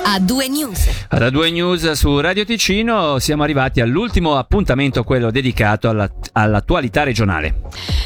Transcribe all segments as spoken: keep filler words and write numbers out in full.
A due News. Ad A due News su Radio Ticino siamo arrivati all'ultimo appuntamento, quello dedicato alla, all'attualità regionale.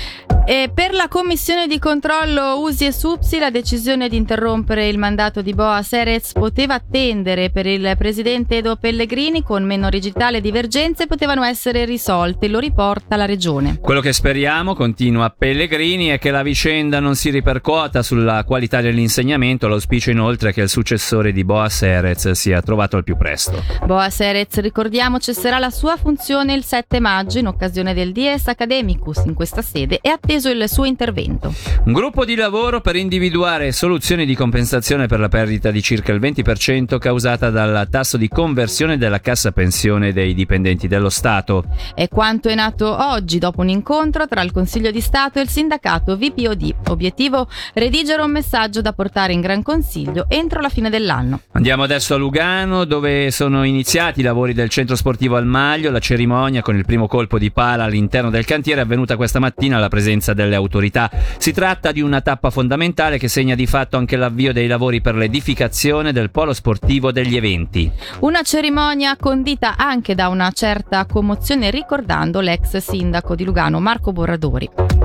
E per la commissione di controllo Usi e Supsi la decisione di interrompere il mandato di Boa Serez poteva attendere. Per il presidente Edo Pellegrini, con meno rigidità le divergenze potevano essere risolte, lo riporta la regione. Quello che speriamo, continua Pellegrini, è che la vicenda non si ripercuota sulla qualità dell'insegnamento. L'auspicio inoltre è che il successore di Boa Serez sia trovato al più presto. Boa Serez, ricordiamo, cesserà la sua funzione il sette maggio in occasione del Dies Academicus. In questa sede è atteso il suo intervento. Un gruppo di lavoro per individuare soluzioni di compensazione per la perdita di circa il venti per cento causata dal tasso di conversione della cassa pensione dei dipendenti dello Stato. È quanto è nato oggi dopo un incontro tra il Consiglio di Stato e il sindacato V P O D. Obiettivo: redigere un messaggio da portare in Gran Consiglio entro la fine dell'anno. Andiamo adesso a Lugano, dove sono iniziati i lavori del centro sportivo Al Maglio. La cerimonia con il primo colpo di pala all'interno del cantiere è avvenuta questa mattina alla presenza delle autorità. Si tratta di una tappa fondamentale che segna di fatto anche l'avvio dei lavori per l'edificazione del polo sportivo degli eventi. Una cerimonia condita anche da una certa commozione, ricordando l'ex sindaco di Lugano Marco Borradori.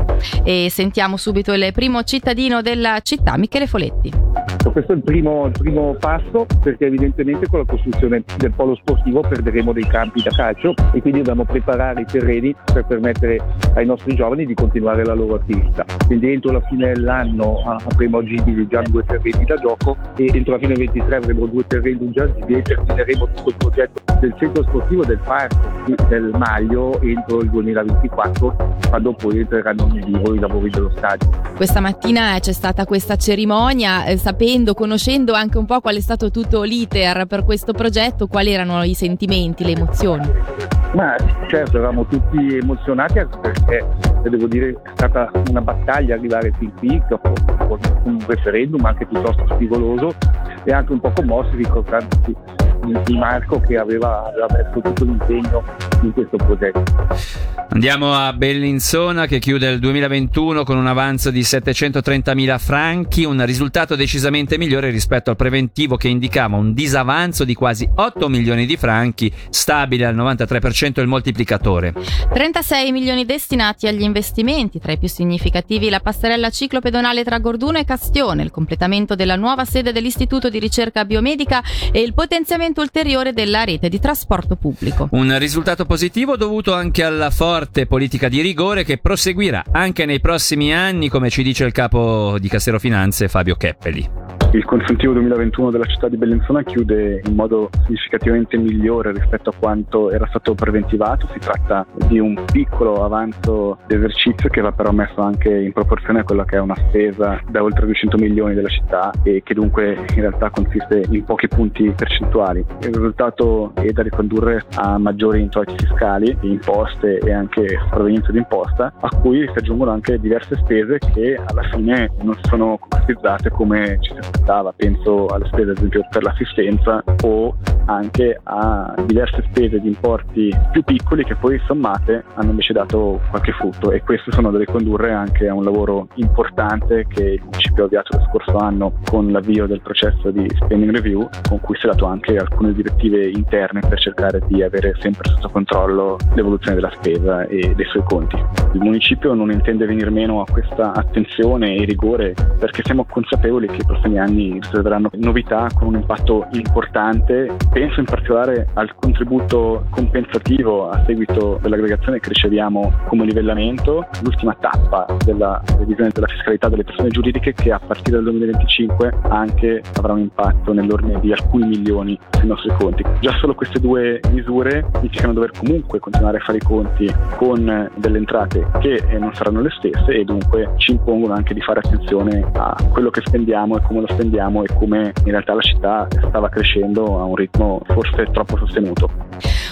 E sentiamo subito il primo cittadino della città, Michele Foletti. Questo è il primo, il primo passo, perché evidentemente con la costruzione del polo sportivo perderemo dei campi da calcio e quindi dobbiamo preparare i terreni per permettere ai nostri giovani di continuare la loro attività. Quindi entro la fine dell'anno avremo agibili già due terreni da gioco e entro la fine del ventitré avremo due terreni già agibili e termineremo tutto il progetto del centro sportivo del parco del Maglio entro il duemilaventiquattro, quando poi entreranno in vivo i lavori dello stadio. Questa mattina c'è stata questa cerimonia, eh, sapendo, conoscendo anche un po' qual è stato tutto l'iter per questo progetto, quali erano i sentimenti, le emozioni? Ma certo, eravamo tutti emozionati anche perché, devo dire, è stata una battaglia arrivare fin qui, dopo un referendum anche piuttosto spigoloso e anche un po' commossi ricordandosi di Marco che aveva, aveva messo tutto l'impegno in questo progetto. Andiamo a Bellinzona, che chiude il duemilaventuno con un avanzo di settecentotrentamila franchi, un risultato decisamente migliore rispetto al preventivo che indicava un disavanzo di quasi otto milioni di franchi, stabile al novantatré per cento il moltiplicatore. trentasei milioni destinati agli investimenti, tra i più significativi la passerella ciclopedonale tra Gorduno e Castione, il completamento della nuova sede dell'Istituto di Ricerca Biomedica e il potenziamento ulteriore della rete di trasporto pubblico. Un risultato positivo dovuto anche alla forte politica di rigore che proseguirà anche nei prossimi anni, come ci dice il capo di Cassero Finanze Fabio Cheppeli. Il consuntivo duemilaventuno della città di Bellinzona chiude in modo significativamente migliore rispetto a quanto era stato preventivato. Si tratta di un piccolo avanzo d'esercizio che va però messo anche in proporzione a quella che è una spesa da oltre duecento milioni della città e che dunque in realtà consiste in pochi punti percentuali. Il risultato è da ricondurre a maggiori introiti fiscali, imposte e anche provenienza d'imposta, a cui si aggiungono anche diverse spese che alla fine non sono concretizzate come ci si aspettava. Penso alle spese ad esempio per l'assistenza o anche a diverse spese di importi più piccoli che poi sommate hanno invece dato qualche frutto, e questo sono da ricondurre anche a un lavoro importante che il municipio ha avviato lo scorso anno con l'avvio del processo di spending review, con cui si è dato anche alcune direttive interne per cercare di avere sempre sotto controllo l'evoluzione della spesa e dei suoi conti. Il municipio non intende venir meno a questa attenzione e rigore perché siamo consapevoli che i prossimi anni riserveranno novità con un impatto importante. Penso in particolare al contributo compensativo a seguito dell'aggregazione che riceviamo come livellamento, l'ultima tappa della revisione della fiscalità delle persone giuridiche che a partire dal duemilaventicinque anche avrà un impatto nell'ordine di alcuni milioni sui nostri conti. Già solo queste due misure significano dover comunque continuare a fare i conti con delle entrate che non saranno le stesse e dunque ci impongono anche di fare attenzione a quello che spendiamo e come lo spendiamo e come in realtà la città stava crescendo a un ritmo forse troppo sostenuto.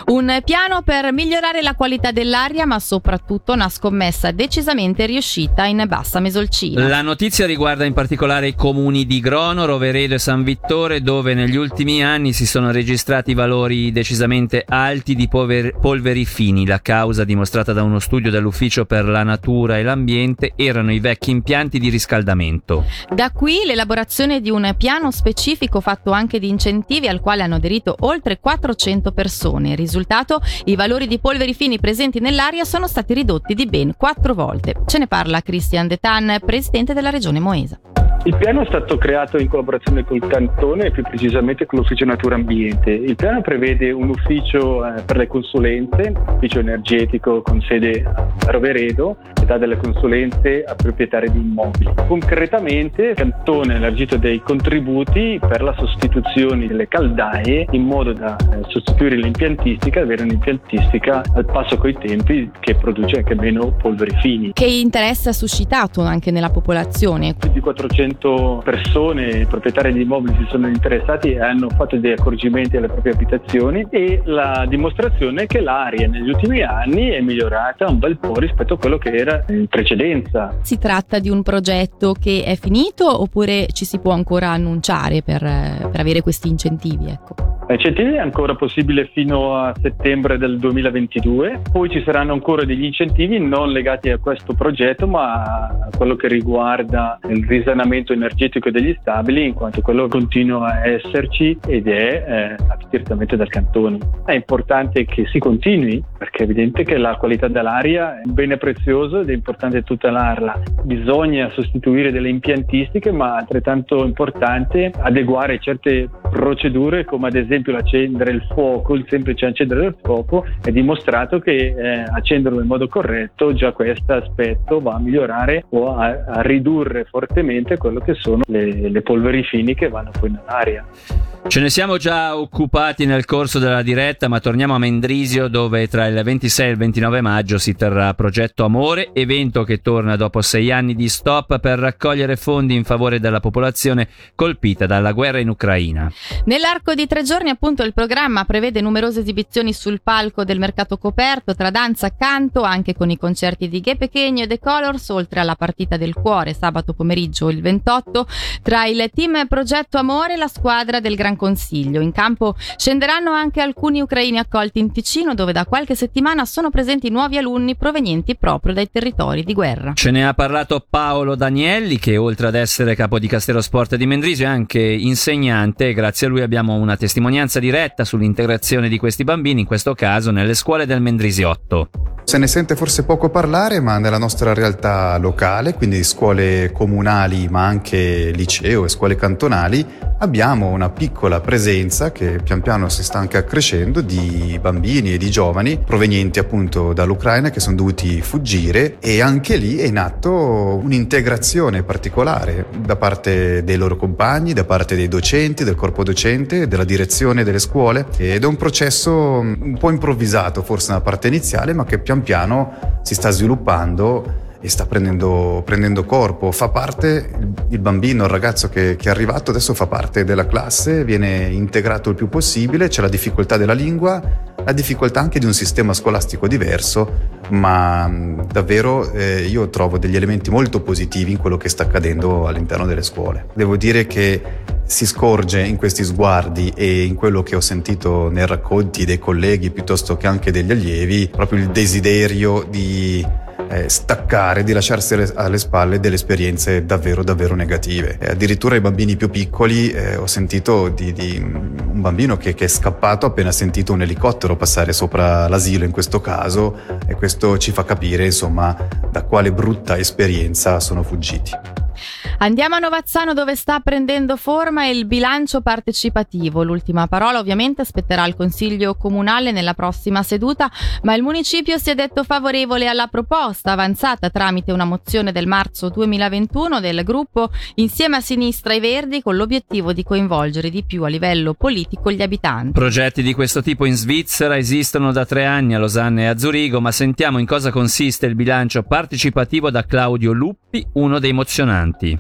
Un piano per migliorare la qualità dell'aria, ma soprattutto una scommessa decisamente riuscita in Bassa Mesolcina. La notizia riguarda in particolare i comuni di Grono, Roveredo e San Vittore, dove negli ultimi anni si sono registrati valori decisamente alti di polver- polveri fini. La causa, dimostrata da uno studio dell'Ufficio per la Natura e l'Ambiente, erano i vecchi impianti di riscaldamento. Da qui l'elaborazione di un piano specifico fatto anche di incentivi al quale hanno aderito oltre quattrocento persone. Il risultato? I valori di polveri fini presenti nell'aria sono stati ridotti di ben quattro volte. Ce ne parla Christian De Tan, presidente della Regione Moesa. Il piano è stato creato in collaborazione col Cantone e più precisamente con l'Ufficio Natura Ambiente. Il piano prevede un ufficio eh, per le consulenze, ufficio energetico con sede a Roveredo, che dà delle consulenze a proprietari di immobili. Concretamente il Cantone ha elargito dei contributi per la sostituzione delle caldaie in modo da eh, sostituire l'impiantistica e avere un'impiantistica al passo coi tempi che produce anche meno polveri fini. Che interesse ha suscitato anche nella popolazione? Più di quattrocento persone, proprietari di immobili, si sono interessati e hanno fatto dei accorgimenti alle proprie abitazioni, e la dimostrazione è che l'aria negli ultimi anni è migliorata un bel po' rispetto a quello che era in precedenza. Si tratta di un progetto che è finito oppure ci si può ancora annunciare per, per avere questi incentivi? Ecco. Incentivi è ancora possibile fino a settembre del duemilaventidue, poi ci saranno ancora degli incentivi non legati a questo progetto ma a quello che riguarda il risanamento energetico degli stabili, in quanto quello continua a esserci ed è eh, direttamente dal Cantone. È importante che si continui perché è evidente che la qualità dell'aria è un bene prezioso ed è importante tutelarla. Bisogna sostituire delle impiantistiche, ma altrettanto importante adeguare certe procedure, come ad esempio l'accendere il fuoco. Il semplice accendere il fuoco è dimostrato che eh, accenderlo in modo corretto, già questo aspetto va a migliorare o a, a ridurre fortemente quello che sono le, le polveri fini che vanno poi nell'aria. Ce ne siamo già occupati nel corso della diretta, ma torniamo a Mendrisio, dove tra il ventisei e il ventinove maggio si terrà Progetto Amore, evento che torna dopo sei anni di stop per raccogliere fondi in favore della popolazione colpita dalla guerra in Ucraina. Nell'arco di tre giorni, appunto, il programma prevede numerose esibizioni sul palco del mercato coperto, tra danza e canto, anche con i concerti di Ghe Pequeno e The Colors, oltre alla partita del cuore sabato pomeriggio il ventotto, tra il team Progetto Amore e la squadra del Gran Consiglio. In campo scenderanno anche alcuni ucraini accolti in Ticino, dove da qualche settimana sono presenti nuovi alunni provenienti proprio dai territori di guerra. Ce ne ha parlato Paolo Danielli, che oltre ad essere capo di Castero Sport di Mendrisio è anche insegnante, e grazie a lui abbiamo una testimonianza diretta sull'integrazione di questi bambini, in questo caso nelle scuole del Mendrisiotto. Se ne sente forse poco parlare, ma nella nostra realtà locale, quindi scuole comunali ma anche liceo e scuole cantonali, abbiamo una piccola presenza che pian piano si sta anche accrescendo di bambini e di giovani provenienti appunto dall'Ucraina che sono dovuti fuggire, e anche lì è in atto un'integrazione particolare da parte dei loro compagni, da parte dei docenti, del corpo docente, della direzione delle scuole, ed è un processo un po' improvvisato forse nella parte iniziale, ma che pian piano si sta sviluppando e sta prendendo, prendendo corpo. Fa parte, il bambino, il ragazzo che, che è arrivato adesso fa parte della classe, viene integrato il più possibile. C'è la difficoltà della lingua, la difficoltà anche di un sistema scolastico diverso, ma davvero eh, io trovo degli elementi molto positivi in quello che sta accadendo all'interno delle scuole. Devo dire che si scorge in questi sguardi e in quello che ho sentito nei racconti dei colleghi piuttosto che anche degli allievi, proprio il desiderio di eh, staccare, di lasciarsi alle, alle spalle delle esperienze davvero davvero negative. E addirittura i bambini più piccoli, eh, ho sentito di, di un bambino che, che è scappato appena sentito un elicottero passare sopra l'asilo in questo caso, e questo ci fa capire insomma da quale brutta esperienza sono fuggiti. Andiamo a Novazzano, dove sta prendendo forma il bilancio partecipativo. L'ultima parola ovviamente spetterà al Consiglio Comunale nella prossima seduta, ma il municipio si è detto favorevole alla proposta avanzata tramite una mozione del marzo duemilaventuno del gruppo Insieme a Sinistra e Verdi, con l'obiettivo di coinvolgere di più a livello politico gli abitanti. Progetti di questo tipo in Svizzera esistono da tre anni a Losanna e a Zurigo, ma sentiamo in cosa consiste il bilancio partecipativo da Claudio Luppi, uno dei mozionanti.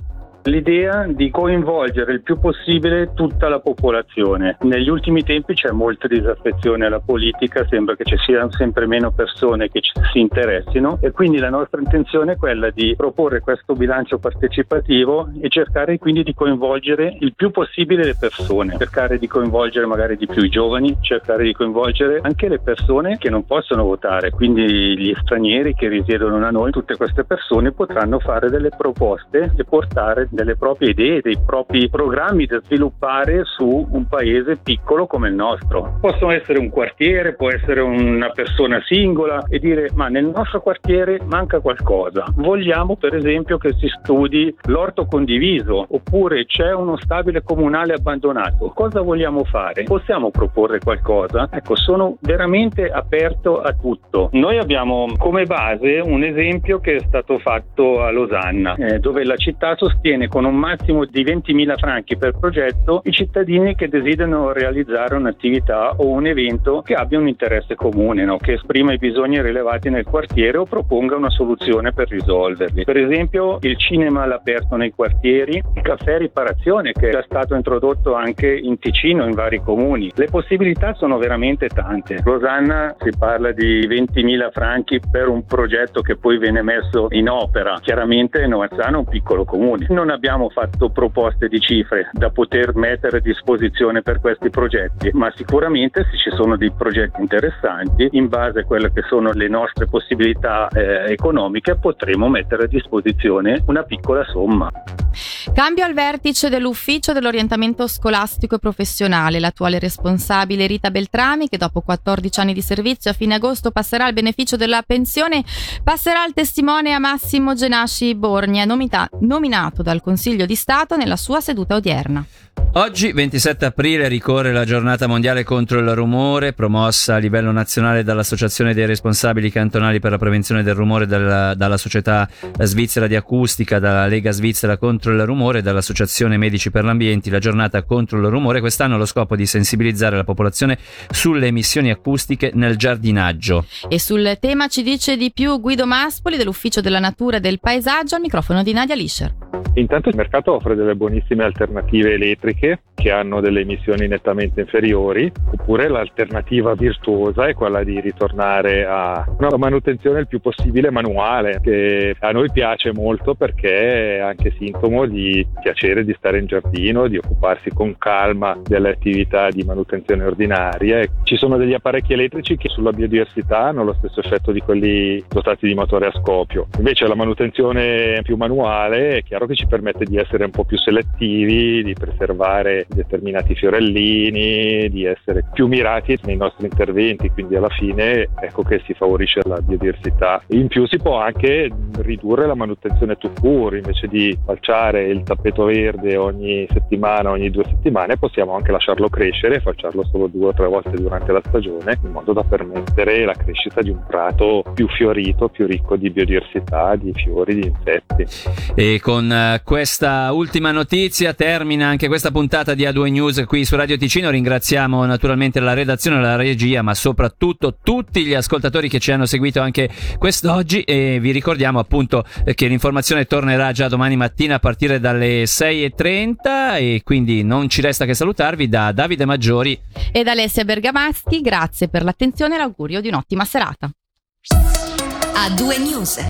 L'idea di coinvolgere il più possibile tutta la popolazione. Negli ultimi tempi c'è molta disaffezione alla politica, sembra che ci siano sempre meno persone che ci si interessino e quindi la nostra intenzione è quella di proporre questo bilancio partecipativo e cercare quindi di coinvolgere il più possibile le persone, cercare di coinvolgere magari di più i giovani, cercare di coinvolgere anche le persone che non possono votare, quindi gli stranieri che risiedono da noi. Tutte queste persone potranno fare delle proposte e portare delle proprie idee, dei propri programmi da sviluppare su un paese piccolo come il nostro. Possono essere un quartiere, può essere una persona singola e dire ma nel nostro quartiere manca qualcosa, vogliamo per esempio che si studi l'orto condiviso oppure c'è uno stabile comunale abbandonato, cosa vogliamo fare? Possiamo proporre qualcosa? Ecco, sono veramente aperto a tutto. Noi abbiamo come base un esempio che è stato fatto a Losanna, eh, dove la città sostiene con un massimo di ventimila franchi per progetto i cittadini che desiderano realizzare un'attività o un evento che abbia un interesse comune, no? Che esprima i bisogni rilevati nel quartiere o proponga una soluzione per risolverli. Per esempio il cinema all'aperto nei quartieri, il caffè riparazione che è stato introdotto anche in Ticino, in vari comuni. Le possibilità sono veramente tante. Losanna si parla di ventimila franchi per un progetto che poi viene messo in opera. Chiaramente Novazzano è un piccolo comune. Non abbiamo fatto proposte di cifre da poter mettere a disposizione per questi progetti, ma sicuramente se ci sono dei progetti interessanti, in base a quelle che sono le nostre possibilità eh, economiche, potremo mettere a disposizione una piccola somma. Cambio al vertice dell'ufficio dell'orientamento scolastico e professionale. L'attuale responsabile Rita Beltrami, che dopo quattordici anni di servizio a fine agosto passerà al beneficio della pensione, passerà al testimone a Massimo Genasci Borgna, nomita- nominato dal Consiglio di Stato nella sua seduta odierna. Oggi, ventisette aprile, ricorre la giornata mondiale contro il rumore, promossa a livello nazionale dall'Associazione dei responsabili cantonali per la prevenzione del rumore, dalla, dalla Società Svizzera di Acustica, dalla Lega Svizzera contro il rumore e dall'Associazione Medici per l'Ambiente. La giornata contro il rumore quest'anno ha lo scopo di sensibilizzare la popolazione sulle emissioni acustiche nel giardinaggio. E sul tema ci dice di più Guido Maspoli dell'Ufficio della Natura e del Paesaggio, al microfono di Nadia Lischer. Intanto il mercato offre delle buonissime alternative elettriche che hanno delle emissioni nettamente inferiori, oppure l'alternativa virtuosa è quella di ritornare a una manutenzione il più possibile manuale, che a noi piace molto perché è anche sintomo di piacere di stare in giardino, di occuparsi con calma delle attività di manutenzione ordinaria. Ci sono degli apparecchi elettrici che sulla biodiversità hanno lo stesso effetto di quelli dotati di motore a scoppio. Invece la manutenzione più manuale è chiaro che ci permette di essere un po' più selettivi, di preservare determinati fiorellini, di essere più mirati nei nostri interventi, quindi alla fine ecco che si favorisce la biodiversità. In più si può anche ridurre la manutenzione tout court, invece di falciare il tappeto verde ogni settimana, ogni due settimane, possiamo anche lasciarlo crescere e falciarlo solo due o tre volte durante la stagione, in modo da permettere la crescita di un prato più fiorito, più ricco di biodiversità, di fiori, di insetti. E con uh, questa ultima notizia termina anche questa puntata di A due News qui su Radio Ticino. Ringraziamo naturalmente la redazione, la regia, ma soprattutto tutti gli ascoltatori che ci hanno seguito anche quest'oggi, e vi ricordiamo appunto che l'informazione tornerà già domani mattina a partire dalle sei e trenta, e quindi non ci resta che salutarvi da Davide Maggiori e da Alessia Bergamaschi. Grazie per l'attenzione e l'augurio di un'ottima serata. A due News.